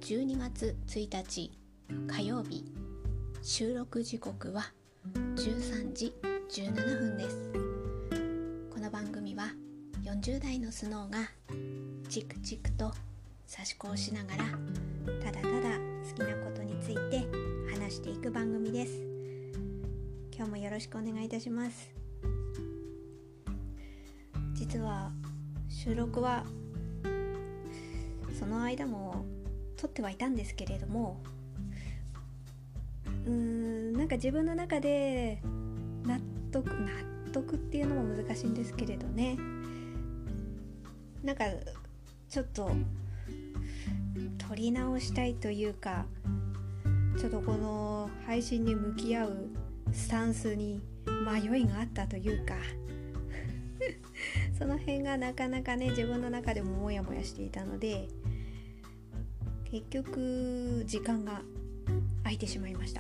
12月1日火曜日、収録時刻は13時17分です。この番組は40代のスノーがチクチクと差し子をしながらただただ好きなことについて話していく番組です。今日もよろしくお願いいたします。実は収録はその間も撮ってはいたんですけれども、なんか自分の中で納得っていうのも難しいんですけれどね、なんかちょっと撮り直したいというか、ちょっとこの配信に向き合うスタンスに迷いがあったというかその辺がなかなかね、自分の中でもモヤモヤしていたので、結局時間が空いてしまいました。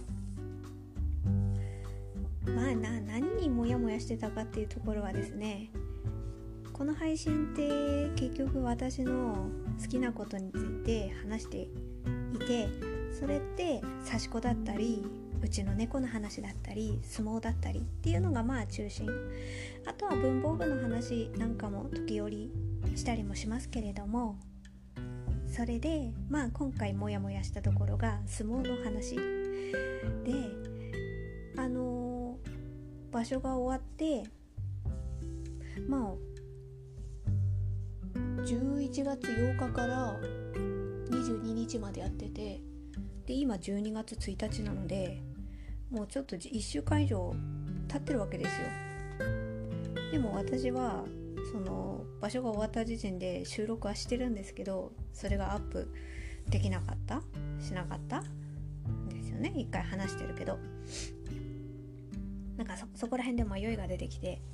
何にモヤモヤしてたかっていうところはですね、この配信って結局私の好きなことについて話していて、それって刺し子だったり、うちの猫の話だったり、相撲だったりっていうのが中心。あとは文房具の話なんかも時折したりもしますけれども、それで今回モヤモヤしたところが相撲の話で、場所が終わって11月8日から22日までやってて、で今12月1日なのでもうちょっと1週間以上経ってるわけですよ。でも私はその場所が終わった時点で収録はしてるんですけど、それがアップできなかったしなかったんですよね。一回話してるけど、なんか そこら辺で迷いが出てきて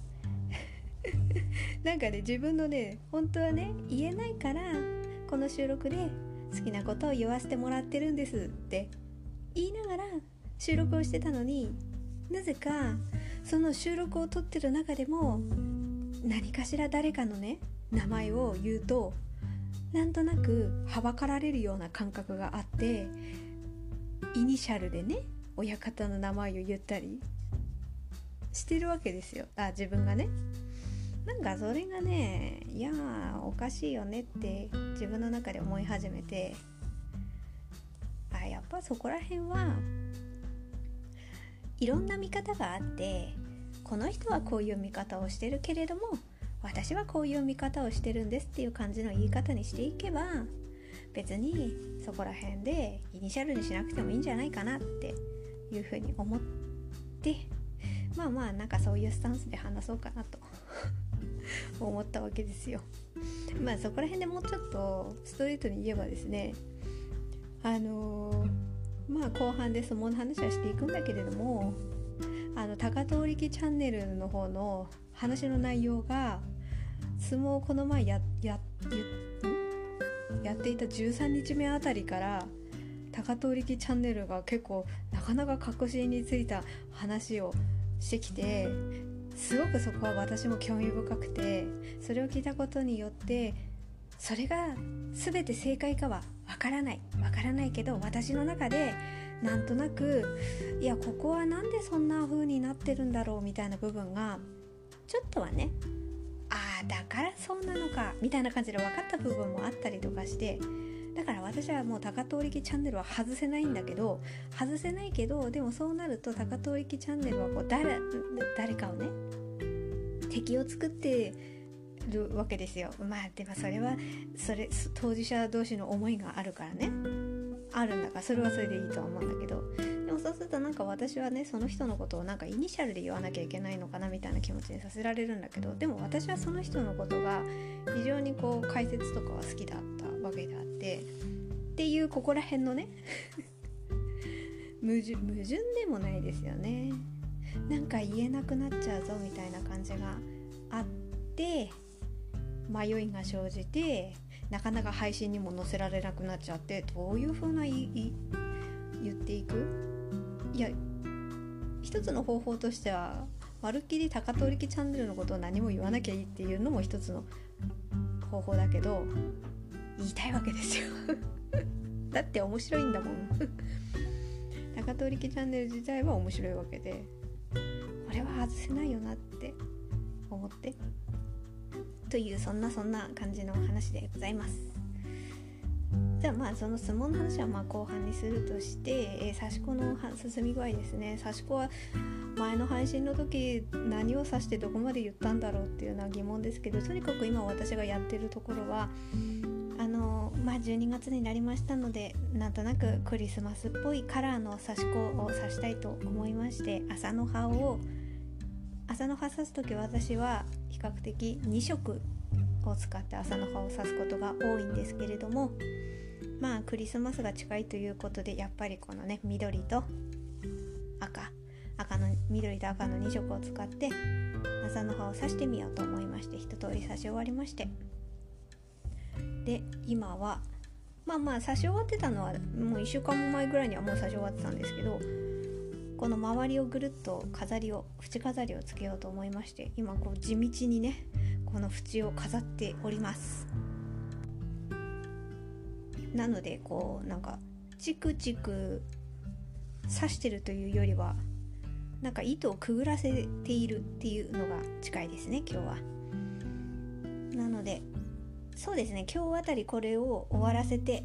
なんかね、自分のね、本当はね言えないからこの収録で好きなことを言わせてもらってるんですって言いながら収録をしてたのに、なぜかその収録を撮ってる中でも何かしら誰かのね名前を言うと、なんとなくはばかられるような感覚があって、イニシャルでね親方の名前を言ったりしてるわけですよ。自分がね、なんかそれがね、おかしいよねって自分の中で思い始めて、やっぱそこら辺はいろんな見方があって、この人はこういう見方をしてるけれども私はこういう見方をしてるんですっていう感じの言い方にしていけば、別にそこら辺でイニシャルにしなくてもいいんじゃないかなっていうふうに思って、なんかそういうスタンスで話そうかなと思ったわけですよ。そこら辺でもうちょっとストレートに言えばですね、後半で相撲の話はしていくんだけれども、高遠力チャンネルの方の話の内容が、相撲をこの前やっていた13日目あたりから高遠力チャンネルが結構なかなか確信についた話をしてきて、すごくそこは私も興味深くて、それを聞いたことによって、それが全て正解かはわからないけど、私の中でなんとなくここはなんでそんな風になってるんだろうみたいな部分がちょっとはね、だからそうなのかみたいな感じで分かった部分もあったりとかして、だから私はもう高遠力チャンネルは外せないけど、でもそうなると高遠力チャンネルは誰かをね敵を作ってるわけですよ。でもそれは当事者同士の思いがあるからね、あるんだからそれはそれでいいとは思うんだけど、でもそうするとなんか私はね、その人のことをなんかイニシャルで言わなきゃいけないのかなみたいな気持ちにさせられるんだけど、でも私はその人のことが非常に解説とかは好きだったわけであって、っていうここら辺のね矛盾でもないですよね。なんか言えなくなっちゃうぞみたいな感じがあって、迷いが生じて、なかなか配信にも載せられなくなっちゃって、どういう風な言っていく？一つの方法としては、まるっきり高遠力チャンネルのことを何も言わなきゃいいっていうのも一つの方法だけど、言いたいわけですよだって面白いんだもん高遠力チャンネル自体は面白いわけで、これは外せないよなって思ってという、そんな感じの話でございます。じゃあまあその相撲の話はまあ後半にするとして、刺し子の進み具合ですね。刺し子は前の配信の時何を指してどこまで言ったんだろうっていうのは疑問ですけど、とにかく今私がやってるところはまあ12月になりましたので、なんとなくクリスマスっぽいカラーの刺し子を刺したいと思いまして、朝の葉刺す時私は比較的2色を使って朝の葉を刺すことが多いんですけれども、まあクリスマスが近いということで、やっぱりこのね緑と赤の緑と赤の2色を使って朝の葉を刺してみようと思いまして、一通り刺し終わりまして、で今はまあ刺し終わってたのはもう1週間も前ぐらいにはもう刺し終わってたんですけど、この周りをぐるっと縁飾りをつけようと思いまして、今こう地道にねこの縁を飾っております。なのでこうなんかチクチク刺してるというよりは、なんか糸をくぐらせているっていうのが近いですね今日は。なのでそうですね、今日あたりこれを終わらせて、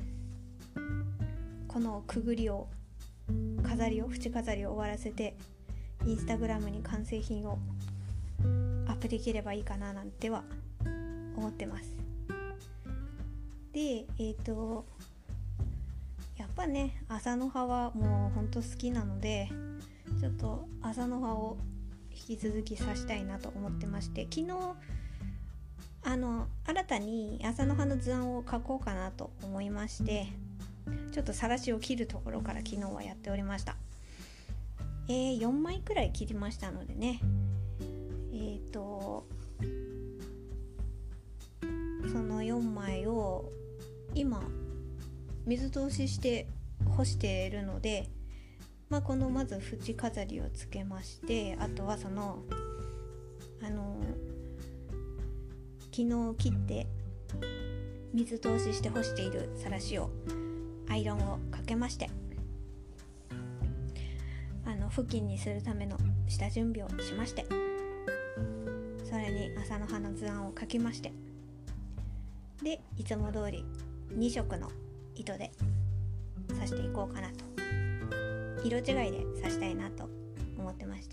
このくぐりを縁飾りを終わらせて、インスタグラムに完成品をアップできればいいかななんては思ってます。でやっぱね朝の葉はもうほんと好きなので、ちょっと朝の葉を引き続き刺したいなと思ってまして、昨日新たに朝の葉の図案を描こうかなと思いまして、ちょっと晒しを切るところから昨日はやっておりました。4枚くらい切りましたのでね、その4枚を今水通しして干しているので、このまず縁飾りをつけまして、あとはその昨日切って水通しして干している晒しをアイロンをかけまして、布巾にするための下準備をしまして、それに朝の葉の図案を描きまして、でいつも通り2色の糸で刺していこうかなと、色違いで刺したいなと思ってまして、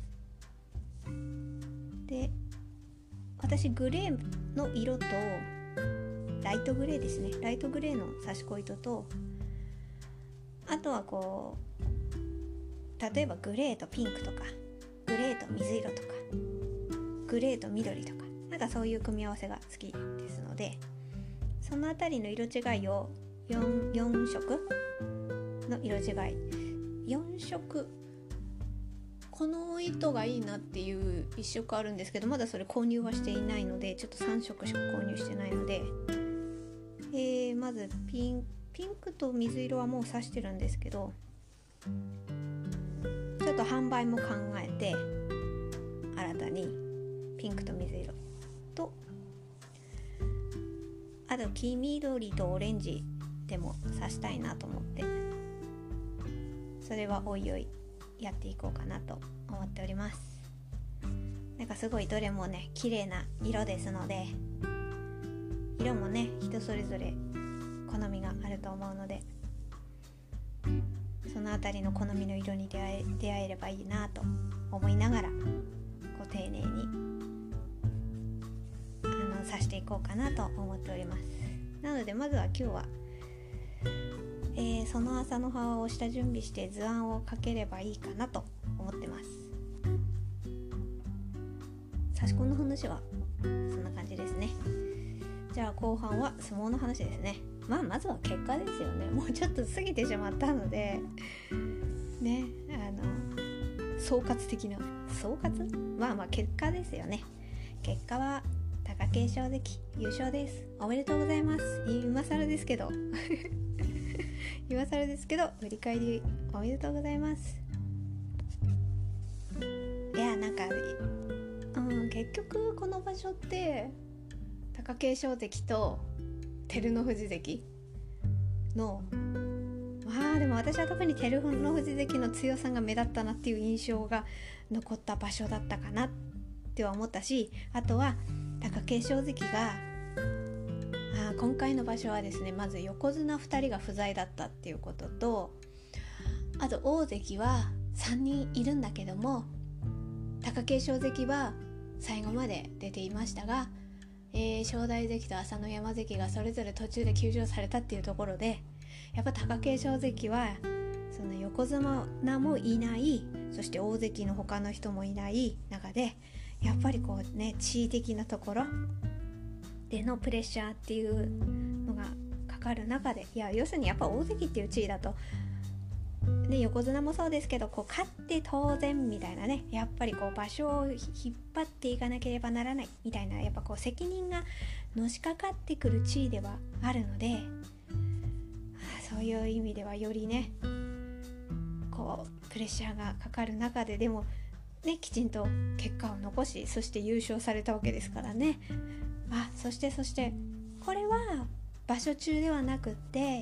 で私グレーの色とライトグレーですね、ライトグレーの刺し子糸と、あとはこう例えばグレーとピンクとかグレーと水色とかグレーと緑とか、なんかそういう組み合わせが好きですので、そのあたりの色違いを 4色の色違い4色、この糸がいいなっていう1色あるんですけど、まだそれ購入はしていないので、ちょっと3色しか購入してないので、まずピンクと水色はもう刺してるんですけど、ちょっと販売も考えて新たにピンクと水色と、あと黄緑とオレンジでも刺したいなと思って、それはおいおいやっていこうかなと思っております。なんかすごいどれもね綺麗な色ですので、色もね人それぞれ好みがあると思うので、そのあたりの好みの色に出会えればいいなと思いながら、こう丁寧に刺していこうかなと思っております。なのでまずは今日は、その朝の葉を下準備して図案をかければいいかなと思ってます。刺し子の話はそんな感じですね。じゃあ後半は相撲の話ですね。まずは結果ですよね。もうちょっと過ぎてしまったのでね、総括的な結果ですよね。結果は貴景勝関優勝です。おめでとうございます。今更ですけど振り返りおめでとうございます。いやなんか、結局この場所って貴景勝関と照ノ富士関の、でも私は特に照ノ富士関の強さが目立ったなっていう印象が残った場所だったかなっては思ったし、あとは貴景勝関が今回の場所はですね、まず横綱2人が不在だったっていうことと、あと大関は3人いるんだけども、貴景勝関は最後まで出ていましたが、正代関と朝乃山関がそれぞれ途中で休場されたっていうところで、やっぱ貴景勝関はその横綱もいない、そして大関の他の人もいない中で、やっぱりこうね、地位的なところでのプレッシャーっていうのがかかる中で、要するにやっぱ大関っていう地位だとね、横綱もそうですけど、こう勝って当然みたいなね、やっぱりこう場所を引っ張っていかなければならないみたいな、やっぱこう責任がのしかかってくる地位ではあるので、そういう意味ではよりね、こうプレッシャーがかかる中で、でもね、きちんと結果を残し、そして優勝されたわけですからね。そしてこれは場所中ではなくって、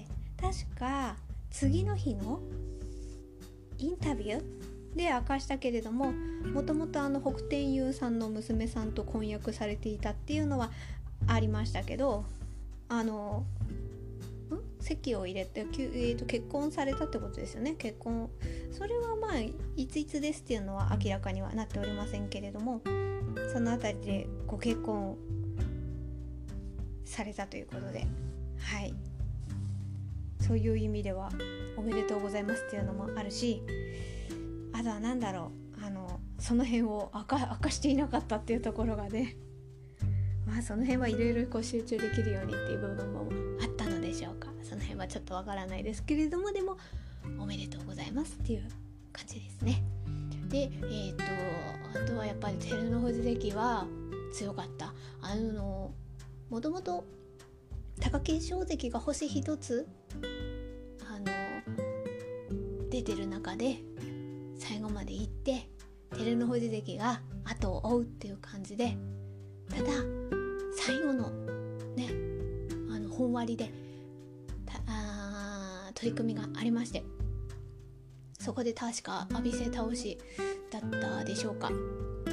確か次の日のインタビューで明かしたけれども、もともと北天佑さんの娘さんと婚約されていたっていうのはありましたけど、籍を入れて、結婚されたってことですよね。結婚、それはいついつですっていうのは明らかにはなっておりませんけれども、そのあたりでご結婚されたということで、そういう意味ではおめでとうございますっていうのもあるし、あとはその辺を明かしていなかったっていうところがね、その辺はいろいろ集中できるようにっていう部分もあったのでしょうか。その辺はちょっとわからないですけれども、でもおめでとうございますっていう感じですね。で、あとはやっぱり照ノ富士関は強かった。もともと貴景勝関が星一つ出てる中で最後まで行って、照ノ富士関が後を追うっていう感じで、ただ最後のね、本割で取り組みがありまして、そこで確か浴びせ倒しだったでしょうか。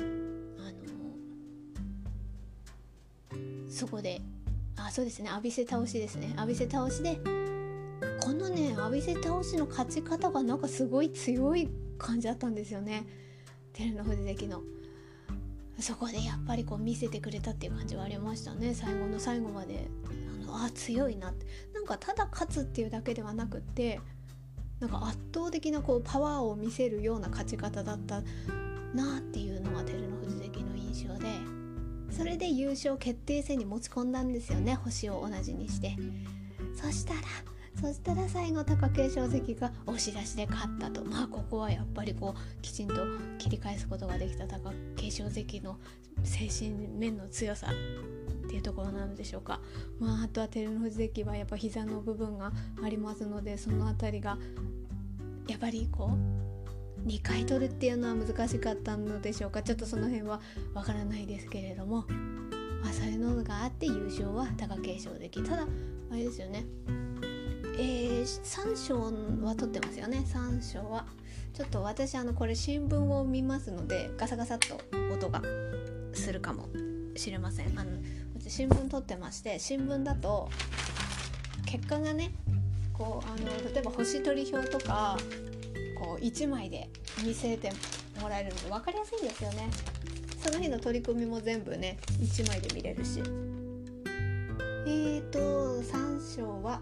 そこでそうですね、浴びせ倒しですね。浴びせ倒しで、このね、浴びせ倒しの勝ち方がなんかすごい強い感じだったんですよね、照ノ富士関の。そこでやっぱりこう見せてくれたっていう感じはありましたね。最後の最後まで強いなって、なんかただ勝つっていうだけではなくって、なんか圧倒的なこうパワーを見せるような勝ち方だったなっていうのが照ノ富士関の印象で、それで優勝決定戦に持ち込んだんですよね、星を同じにして。そしたら最後貴景勝関が押し出しで勝ったと。ここはやっぱりこうきちんと切り返すことができた貴景勝関の精神面の強さっていうところなのでしょうか。あとは照ノ富士関はやっぱ膝の部分がありますので、そのあたりがやっぱりこう2回取るっていうのは難しかったのでしょうか。ちょっとその辺はわからないですけれども、そういうのがあって優勝は貴景勝関。ただあれですよね、3勝は取ってますよね。3勝はちょっと私これ新聞を見ますので、ガサガサっと音がするかもしれません。私新聞取ってまして、新聞だと結果がね、こう例えば星取り表とかこう1枚で見せてもらえるので分かりやすいんですよね。その日の取り組みも全部ね1枚で見れるし、3勝は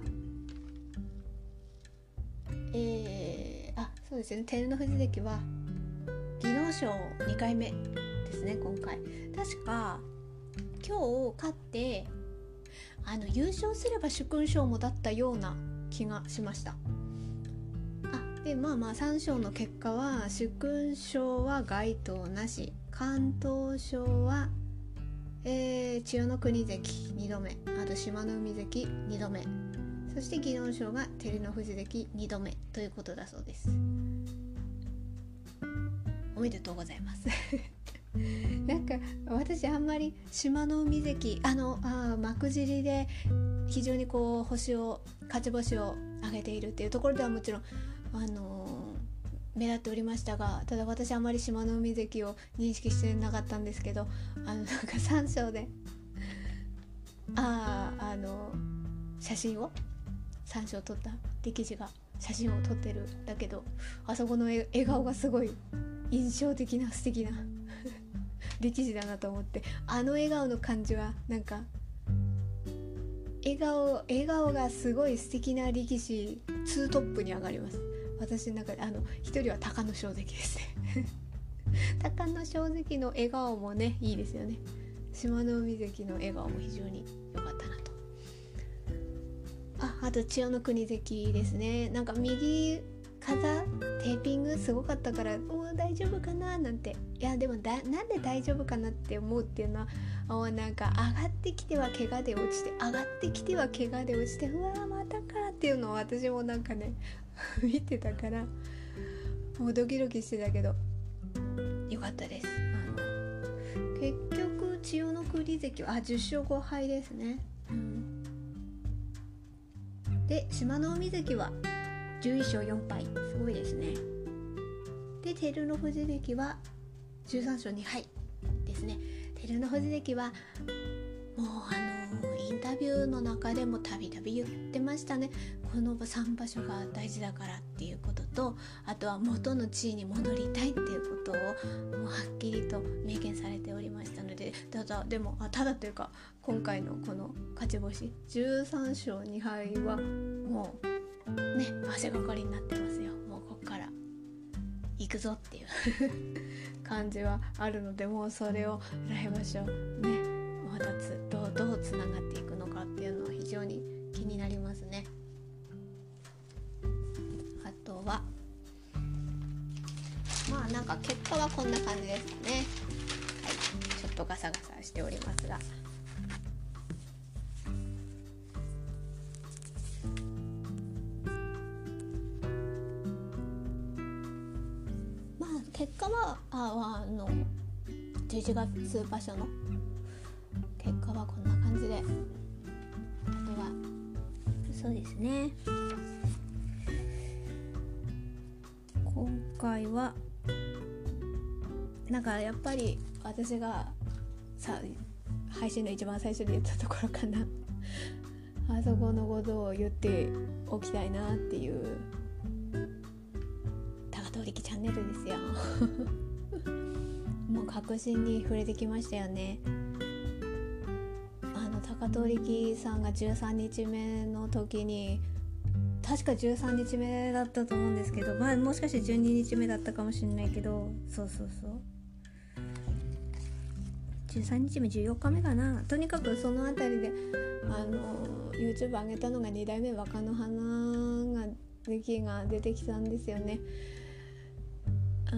そうですね、照ノ富士関は技能賞2回目ですね。今回確か今日勝って優勝すれば殊勲賞もだったような気がしました。で3勝の結果は殊勲賞は該当なし、敢闘賞は、千代の国関2度目、あと志摩ノ海関2度目、そして技能賞が照ノ富士関2度目ということだそうです。おめでとうございますなんか私あんまり志摩ノ海関幕尻で非常にこう勝ち星を上げているっていうところではもちろん目立っておりましたが、ただ私あまり島の海関を認識してなかったんですけど、なんか3勝で写真を3勝撮った力士が写真を撮ってるんだけど、あそこの笑顔がすごい印象的な素敵な力士だなと思って、笑顔の感じはなんか笑顔がすごい素敵な力士2トップに上がります。私の中で一人は貴乃正関ですね貴乃正関の笑顔もねいいですよね。島の海関の笑顔も非常に良かったなと。あと千代の国関ですね。なんか右肩テーピングすごかったから大丈夫かななんて、いやでもなんで大丈夫かなって思うっていうのは、なんか上がってきては怪我で落ちて、上がってきては怪我で落ちて、うわーまたかっていうのを私もなんかね見てたからもうドキドキしてたけどよかったです。結局千代の国関は10勝5敗ですね、で島の海関は11勝4敗、すごいですね。で照ノ富士関は13勝2敗ですね。照ノ富士関はもうインタビューの中でもたびたび言ってましたね。この3場所が大事だからっていうことと、あとは元の地位に戻りたいっていうことをもうはっきりと明言されておりましたので、ただというか今回のこの勝ち星13勝2敗はもうね足がかりになってますよ。もうこっから行くぞっていう感じはあるので、もうそれを来場所ねまたどうつながっていくのかっていうのは非常に気になりますね。あとはまあなんか結果はこんな感じですかね。はい、ちょっとガサガサしておりますが、まあ結果は11月場所の結果はこんな感じで、あとはそうですね、今回はなんかやっぱり私が配信の一番最初に言ったところかなあそこのことを言っておきたいなっていう高遠力チャンネルですよもう確信に触れてきましたよね。高遠力さんが13日目の時に、確か13日目だったと思うんですけど、もしかして12日目だったかもしれないけど、そう13日目14日目かな、とにかくそのあたりでYouTube 上げたのが2代目若乃花が力が出てきたんですよね。そ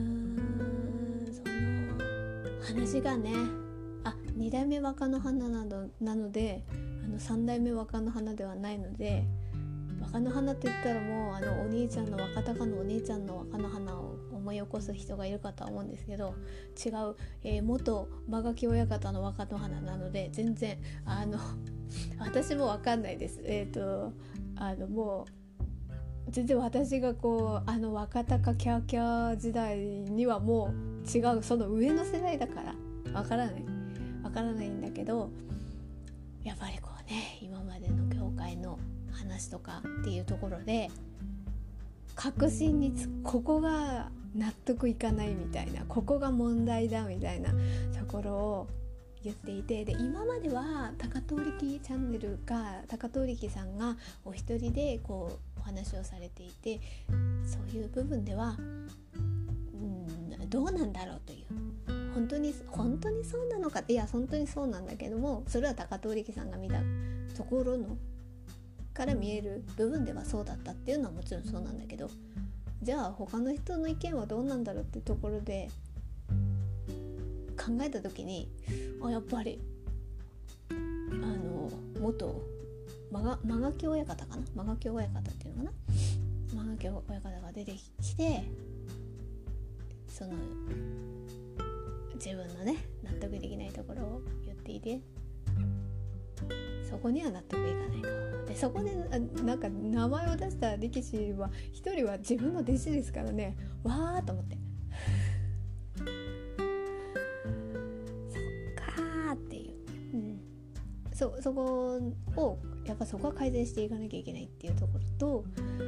の話がね、2代目若乃花なので3代目若乃花ではないので、若乃花って言ったらもうお兄ちゃんの若隆のお兄ちゃんの若乃花を思い起こす人がいるかとは思うんですけど、違う、元間垣親方の若乃花なので全然私も分かんないです。もう全然私がこう若隆キャーキャー時代にはもう違う、その上の世代だから分からないんだけど、やっぱりこうね、今までの業界の話とかっていうところで確信にここが納得いかないみたいな、ここが問題だみたいなところを言っていて、で今までは高遠力チャンネルが高遠力さんがお一人でこうお話をされていて、そういう部分ではどうなんだろうという、本当にそうなのか、いや本当にそうなんだけども、それは高遠力さんが見たところのから見える部分ではそうだったっていうのはもちろんそうなんだけど、じゃあ他の人の意見はどうなんだろうってところで考えた時に、やっぱり元間垣親方かな、間垣親方っていうのかな、間垣親方が出てきて、その自分のね納得できないところを言っていて、 そこには納得いかないと。でそこでなんか名前を出した力士は一人は自分の弟子ですからね、わーと思ってそっかーっていう、そこをやっぱそこは改善していかなきゃいけないっていうところと、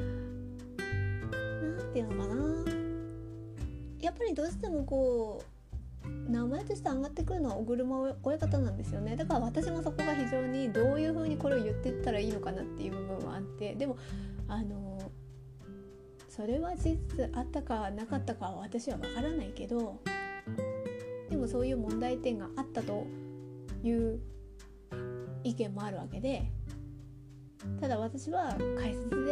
なんていうのかな、やっぱりどうしてもこう名前として上がってくるのは小車親方なんですよね。だから私もそこが非常にどういう風にこれを言っていったらいいのかなっていう部分はあって、でもそれは事実あったかなかったかは私は分からないけど、でもそういう問題点があったという意見もあるわけで、ただ私は解説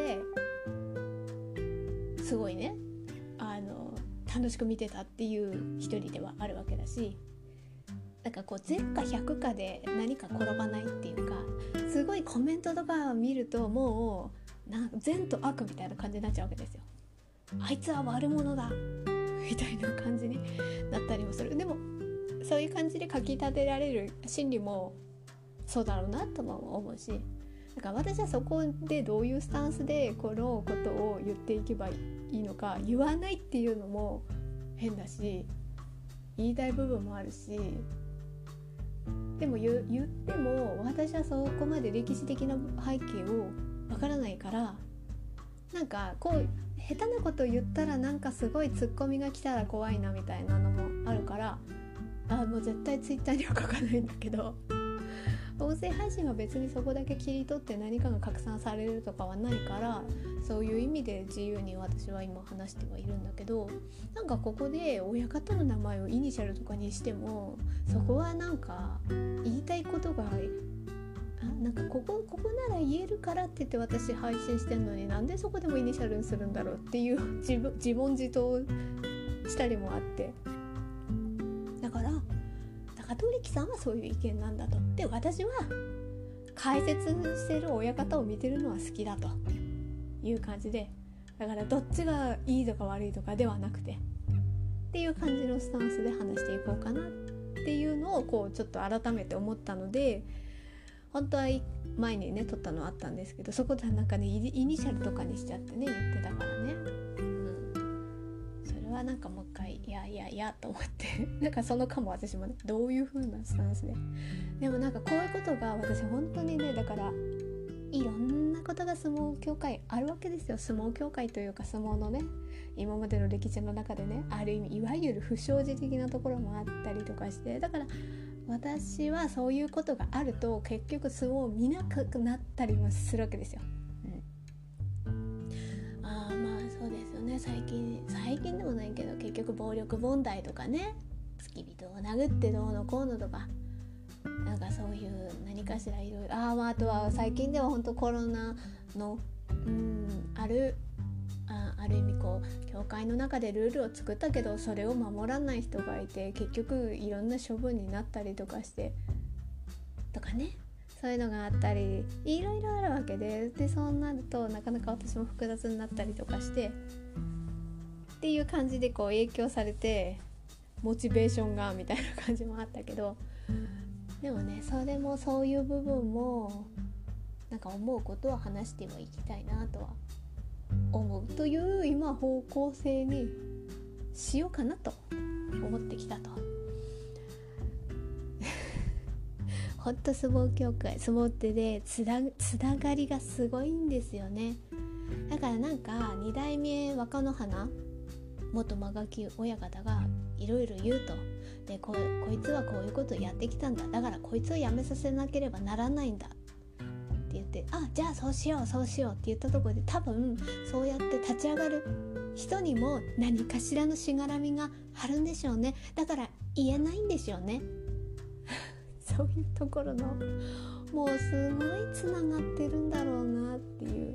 ですごいね楽しく見てたっていう一人ではあるわけだし、なんかこう善か百かで何か転ばないっていうか、すごいコメントとかを見るともうなんか善と悪みたいな感じになっちゃうわけですよ。あいつは悪者だみたいな感じになったりもする。でもそういう感じで書き立てられる心理もそうだろうなとも思うし、だから私はそこでどういうスタンスでこのことを言っていけばいいのか、言わないっていうのも変だし、言いたい部分もあるし、でも言っても私はそこまで歴史的な背景をわからないから、なんかこう下手なこと言ったらなんかすごいツッコミが来たら怖いなみたいなのもあるから、もう絶対ツイッターには書かないんだけど、音声配信は別にそこだけ切り取って何かが拡散されるとかはないから、そういう意味で自由に私は今話してはいるんだけど、なんかここで親方の名前をイニシャルとかにしても、そこはなんか言いたいことがなんかここなら言えるからって言って私配信してんのに、なんでそこでもイニシャルにするんだろうっていう自問自答したりもあって、だから高取力さんはそういう意見なんだと。で私は解説してる親方を見てるのは好きだという感じで、だからどっちがいいとか悪いとかではなくてっていう感じのスタンスで話していこうかなっていうのをこうちょっと改めて思ったので、本当は前にね撮ったのあったんですけど、そこでなんかねイニシャルとかにしちゃってね言ってたからね、それはなんかもう一回いやと思ってなんかその間も私もねどういう風なスタンスでもなんかこういうことが私本当にね、だからいろんなことが相撲協会あるわけですよ。相撲協会というか相撲のね今までの歴史の中でね、ある意味いわゆる不祥事的なところもあったりとかして、だから私はそういうことがあると結局相撲を見なくなったりもするわけですよ。まあそうですよね。最近でもないけど結局暴力問題とかね、付き人を殴ってどうのこうのとか、なんかそういう何かしらいろいろ、あとは最近では本当コロナのある意味こう教会の中でルールを作ったけどそれを守らない人がいて結局いろんな処分になったりとかしてとかね、そういうのがあったりいろいろあるわけで、そうなるとなかなか私も複雑になったりとかしてっていう感じでこう影響されてモチベーションがみたいな感じもあったけど、でもねそれもそういう部分もなんか思うことは話してもいきたいなとは思うという今方向性にしようかなと思ってきたとほんと相撲協会、相撲ってねつながりがすごいんですよね。だからなんか2代目若乃花元間垣親方がいろいろ言うと、でこいつはこういうことをやってきたんだ、だからこいつをやめさせなければならないんだって言って、じゃあそうしようって言ったところで、多分そうやって立ち上がる人にも何かしらのしがらみがあるんでしょうね。だから言えないんでしょうねそういうところのもうすごいつながってるんだろうなっていう、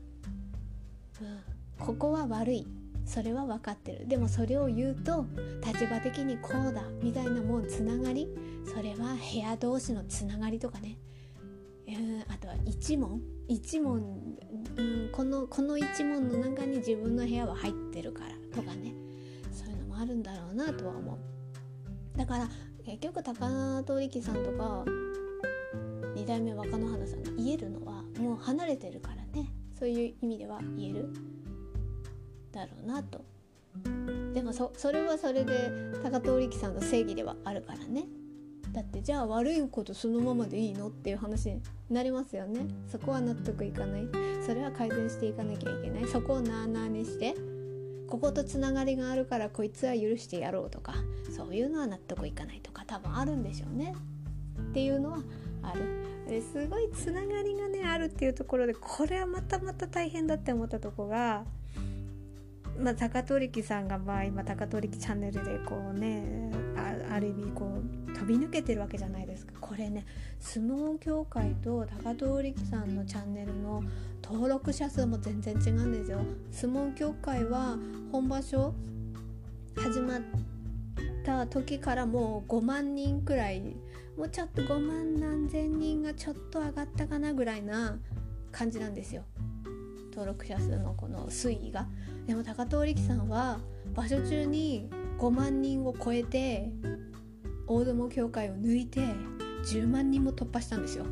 ここは悪い、それは分かってる、でもそれを言うと立場的にこうだみたいなもうつながり、それは部屋同士のつながりとかね、あとは一門、この一門の中に自分の部屋は入ってるからとかね、そういうのもあるんだろうなとは思う。だから結局高取力さんとか 2代目若乃花さんが言えるのはもう離れてるからね、そういう意味では言えるだろうなと。でも それはそれで高遠力さんの正義ではあるからね。だってじゃあ悪いことそのままでいいのっていう話になりますよね。そこは納得いかない。それは改善していかなきゃいけない。そこをなあなあにしてこことつながりがあるからこいつは許してやろうとか、そういうのは納得いかないとか多分あるんでしょうねっていうのはある。ですごいつながりがねあるっていうところで、これはまた大変だって思ったとこが、高遠力さんが今高遠力チャンネルでこうね ある意味こう飛び抜けてるわけじゃないですか。これね、相撲協会と高遠力さんのチャンネルの登録者数も全然違うんですよ。相撲協会は本場所始まった時からもう5万人くらい、もうちょっと5万何千人がちょっと上がったかなぐらいな感じなんですよ、登録者数のこの推移が。でも高遠力さんは場所中に5万人を超えて大相撲協会を抜いて10万人も突破したんですよ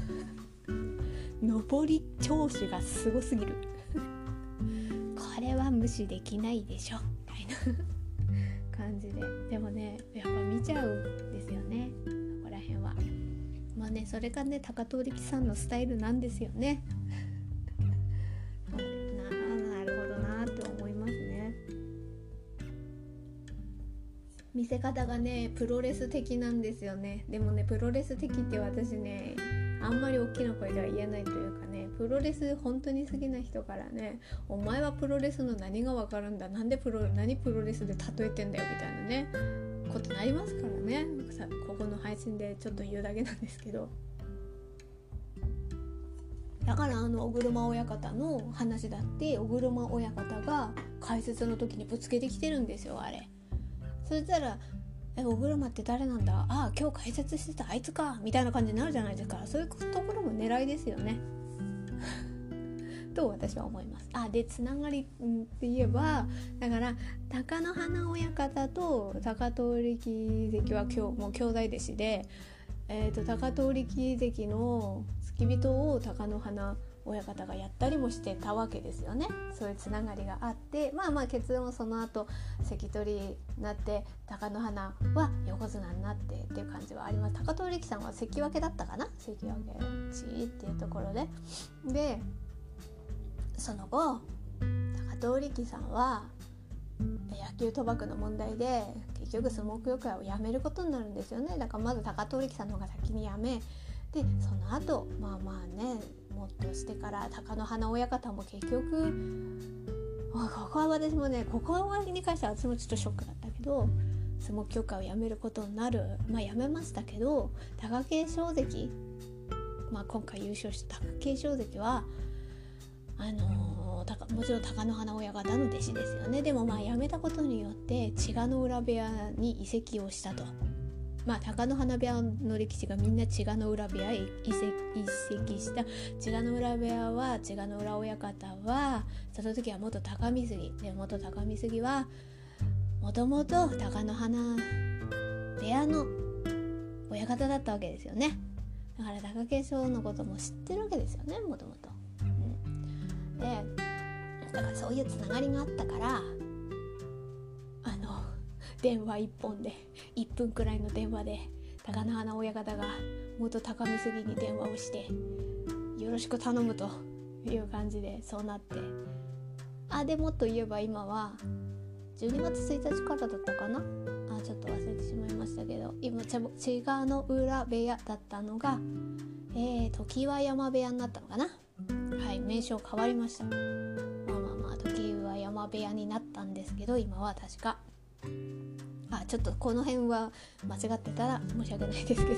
上り調子がすごすぎるこれは無視できないでしょみたいな感じで。でもねやっぱ見ちゃうんですよね、ここら辺は。それがね高遠力さんのスタイルなんですよねなるほどなって思いますね。見せ方がねプロレス的なんですよね。でもねプロレス的って私ねあんまり大きな声では言えないというかね、プロレス本当に好きな人からね、お前はプロレスの何が分かるんだ、何プロレスで例えてんだよみたいなねことになりますからね。ここの配信でちょっと言うだけなんですけど、だから小車親方の話だって小車親方が解説の時にぶつけてきてるんですよ、あれ。そしたら小車って誰なんだ、今日解説してたあいつかみたいな感じになるじゃないですか。そういうところも狙いですよねと私は思います。でつながりって言えば、だから貴乃花親方と高遠力関はもう兄弟弟子で、高遠力関の付き人を貴乃花親方がやったりもしてたわけですよね。そういうつながりがあって、結論はその後関取になって貴乃花は横綱になってっていう感じはあります。高遠力さんは関脇だったかな、関脇地っていうところでその後高遠力さんは野球賭博の問題で結局相撲協会を辞めることになるんですよね。だからまず高遠力さんの方が先に辞めで、その後もっとしてから貴乃花親方も結局ここは私もねここに関しては私もちょっとショックだったけど、相撲協会を辞めることになる、辞めましたけど、貴景勝関、今回優勝した貴景勝関はもちろん貴乃花親方の弟子ですよね。でも辞めたことによって千賀の浦部屋に移籍をしたと。貴乃花部屋の力士がみんな千賀の浦部屋へ移籍した。千賀の浦部屋は千賀の浦親方はその時は元高見杉で、元高見杉はもともと貴乃花部屋の親方だったわけですよね。だから貴景勝のことも知ってるわけですよね、もともと。でだからそういうつながりがあったから電話1本で1分くらいの電話で貴乃花親方が元高見杉に電話をしてよろしく頼むという感じでそうなって、でもっと言えば今は12月1日からだったかな、ちょっと忘れてしまいましたけど、今千賀の浦部屋だったのが、常盤山部屋になったのかな。名称変わりました。常盤山部屋になったんですけど、今は確かちょっとこの辺は間違ってたら申し訳ないですけ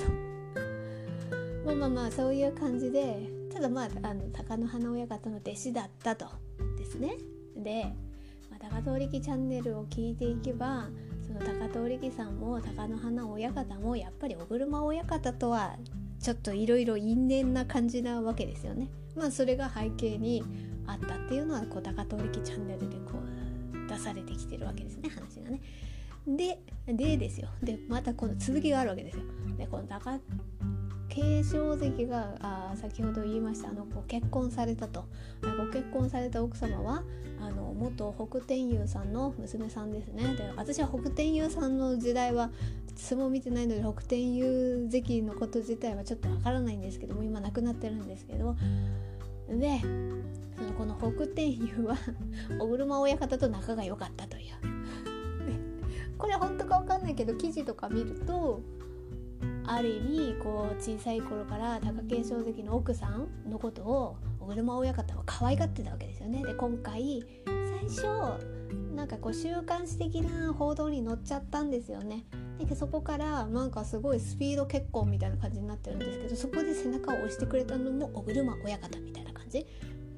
どそういう感じで、ただ貴乃花親方の弟子だったとですね。で、高遠力チャンネルを聞いていけば、その高遠力さんも貴乃花親方もやっぱり小車親方とはちょっといろいろ因縁な感じなわけですよね。それが背景にあったっていうのは高遠力チャンネルで出されてきてるわけですね、話がね。でですよ。でまたこの続きがあるわけですよ。でこの貴景勝関が先ほど言いましたご結婚されたと。ご結婚された奥様は元北天佑さんの娘さんですね。で、私は北天佑さんの時代は相撲見てないので北天佑関のこと自体はちょっとわからないんですけども、今亡くなってるんですけど、でこの北天佑は小車親方と仲が良かったというこれ本当か分かんないけど記事とか見ると、ある意味小さい頃から貴景勝関の奥さんのことを小車親方は可愛がってたわけですよね。で、今回最初なんか週刊誌的な報道に載っちゃったんですよね。で、そこからなんかすごいスピード結婚みたいな感じになってるんですけど、そこで背中を押してくれたのも小車親方みたいな感じ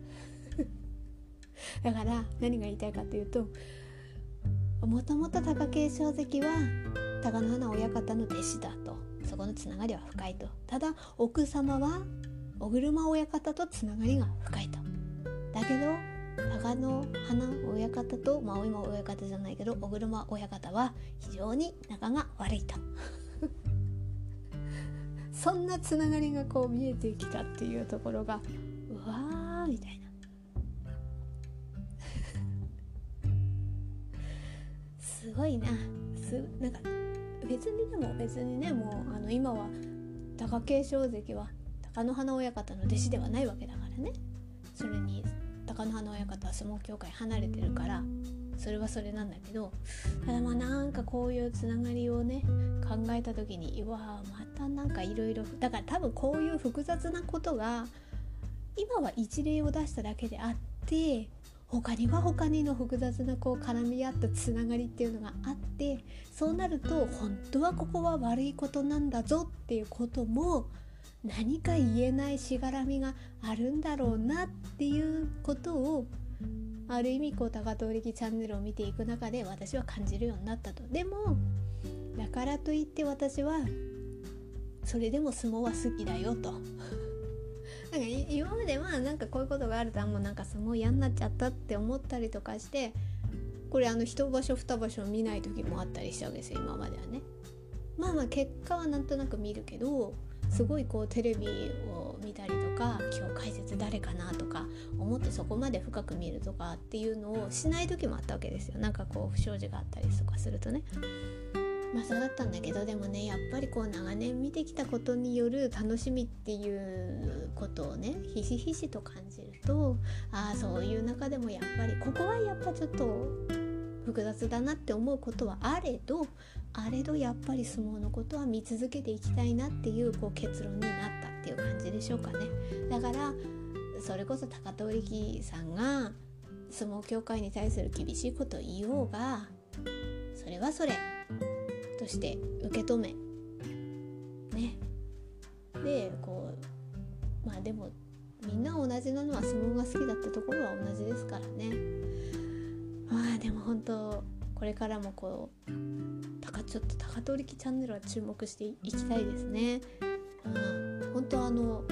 だから何が言いたいかというと、もともと貴景勝関は貴乃花親方の弟子だと、そこのつながりは深いと。ただ奥様は小車親方とつながりが深いと。だけど貴乃花親方と、今親方じゃないけど小車親方は非常に仲が悪いとそんなつながりが見えてきたっていうところが、うわーみたいなすごいな。なんか別にね、もう今は貴景勝関は貴乃花親方の弟子ではないわけだからね。それに貴乃花親方は相撲協会離れてるから、それはそれなんだけど、ただなんかこういうつながりをね考えた時に、うわまたなんかいろいろ、だから多分こういう複雑なことが今は一例を出しただけであって、他には他にの複雑な絡み合ったつながりっていうのがあって、そうなると本当はここは悪いことなんだぞっていうことも何か言えないしがらみがあるんだろうなっていうことを、ある意味高遠力チャンネルを見ていく中で私は感じるようになったと。でもだからといって私はそれでも相撲は好きだよとなんか今まではなんかこういうことがあるともうなんか相撲嫌になっちゃったって思ったりとかして、これ一場所二場所見ない時もあったりしたわけですよ、今まではね。結果はなんとなく見るけど、すごいテレビを見たりとか、今日解説誰かなとか思ってそこまで深く見るとかっていうのをしない時もあったわけですよ。なんか不祥事があったりとかするとね。そうだったんだけど、でもねやっぱり長年見てきたことによる楽しみっていうことをねひしひしと感じると、そういう中でもやっぱりここはやっぱちょっと複雑だなって思うことはあれどやっぱり相撲のことは見続けていきたいなっていう結論になったっていう感じでしょうかね。だからそれこそ貴闘力さんが相撲協会に対する厳しいことを言おうが、それはそれとして受け止めね。ででもみんな同じなのは相撲が好きだったところは同じですからね。でも本当これからもちょっと貴闘力チャンネルは注目していきたいですね。本当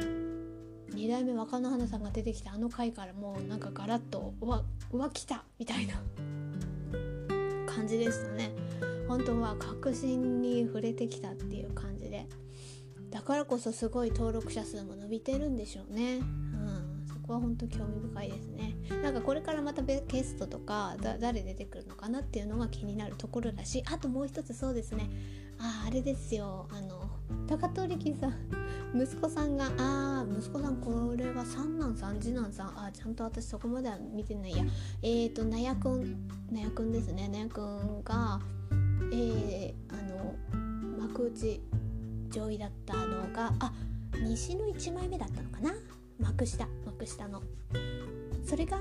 2代目若乃花さんが出てきた回からもうなんかガラッとうわ来たみたいな感じでしたね。本当は革新に触れてきたっていう感じで、だからこそすごい登録者数も伸びてるんでしょうね。そこは本当興味深いですね。なんかこれからまたゲストとか誰出てくるのかなっていうのが気になるところだし、あともう一つそうですね、あれですよ、貴闘力さん息子さんこれは三男さん次男さん、ちゃんと私そこまでは見てないや、なやくんですね。なやくんが幕内上位だったのが西の1枚目だったのかな、幕下のそれが、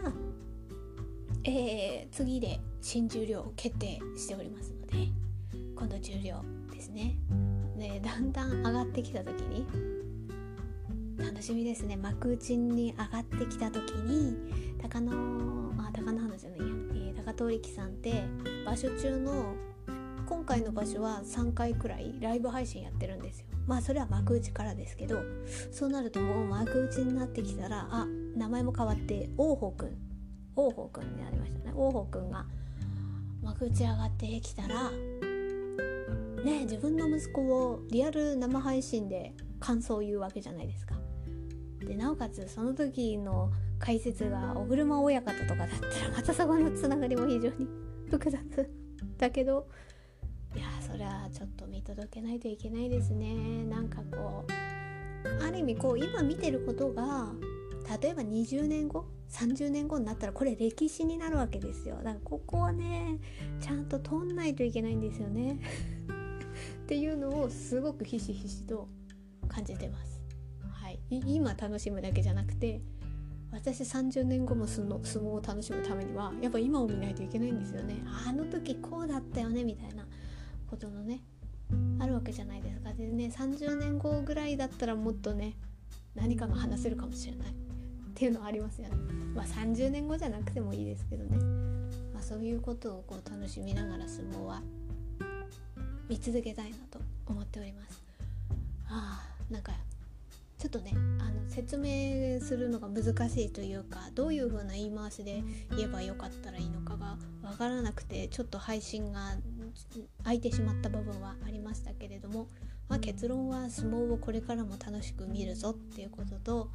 次で新十両決定しておりますので、今度十両ですね。でだんだん上がってきた時に楽しみですね。幕内に上がってきた時に貴乃花じゃないや、貴闘力さんって場所中の今回の場所は3回くらいライブ配信やってるんですよ。それは幕内からですけど、そうなるともう幕内になってきたら名前も変わって王鵬くんになりましたね。王鵬くんが幕内上がってきたらね、自分の息子をリアル生配信で感想を言うわけじゃないですか。でなおかつその時の解説が小車親方とかだったらまたそこのつながりも非常に複雑だけど、いやそれはちょっと見届けないといけないですね。なんかこうある意味こう今見てることが例えば20年後30年後になったらこれ歴史になるわけですよ。だからここはねちゃんと取んないといけないんですよねっていうのをすごくひしひしと感じてます。はい、今楽しむだけじゃなくて私30年後も相撲を楽しむためにはやっぱ今を見ないといけないんですよね。あの時こうだったよねみたいなことのねあるわけじゃないですか。でね30年後ぐらいだったらもっとね何かが話せるかもしれないっていうのはありますよね。まあ30年後じゃなくてもいいですけどね、まあ、そういうことをこう楽しみながら相撲は見続けたいなと思っております。なんかちょっとね説明するのが難しいというかどういう風な言い回しで言えばよかったらいいのかがわからなくてちょっと配信が空いてしまった部分はありましたけれども、まあ、結論は相撲をこれからも楽しく見るぞっていうことと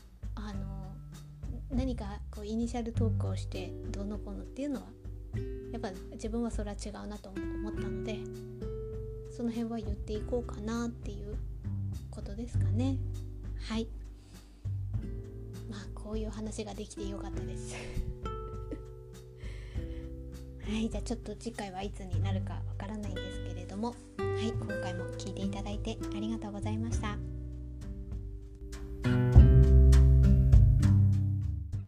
何かこうイニシャルトークをしてどうのこうのっていうのはやっぱ自分はそれは違うなと思ったのでその辺は言っていこうかなっていうことですかね。はい、まあこういう話ができてよかったですはい、じゃあちょっと次回はいつになるかわからないんですけれども、はい、今回も聞いていただいてありがとうございました。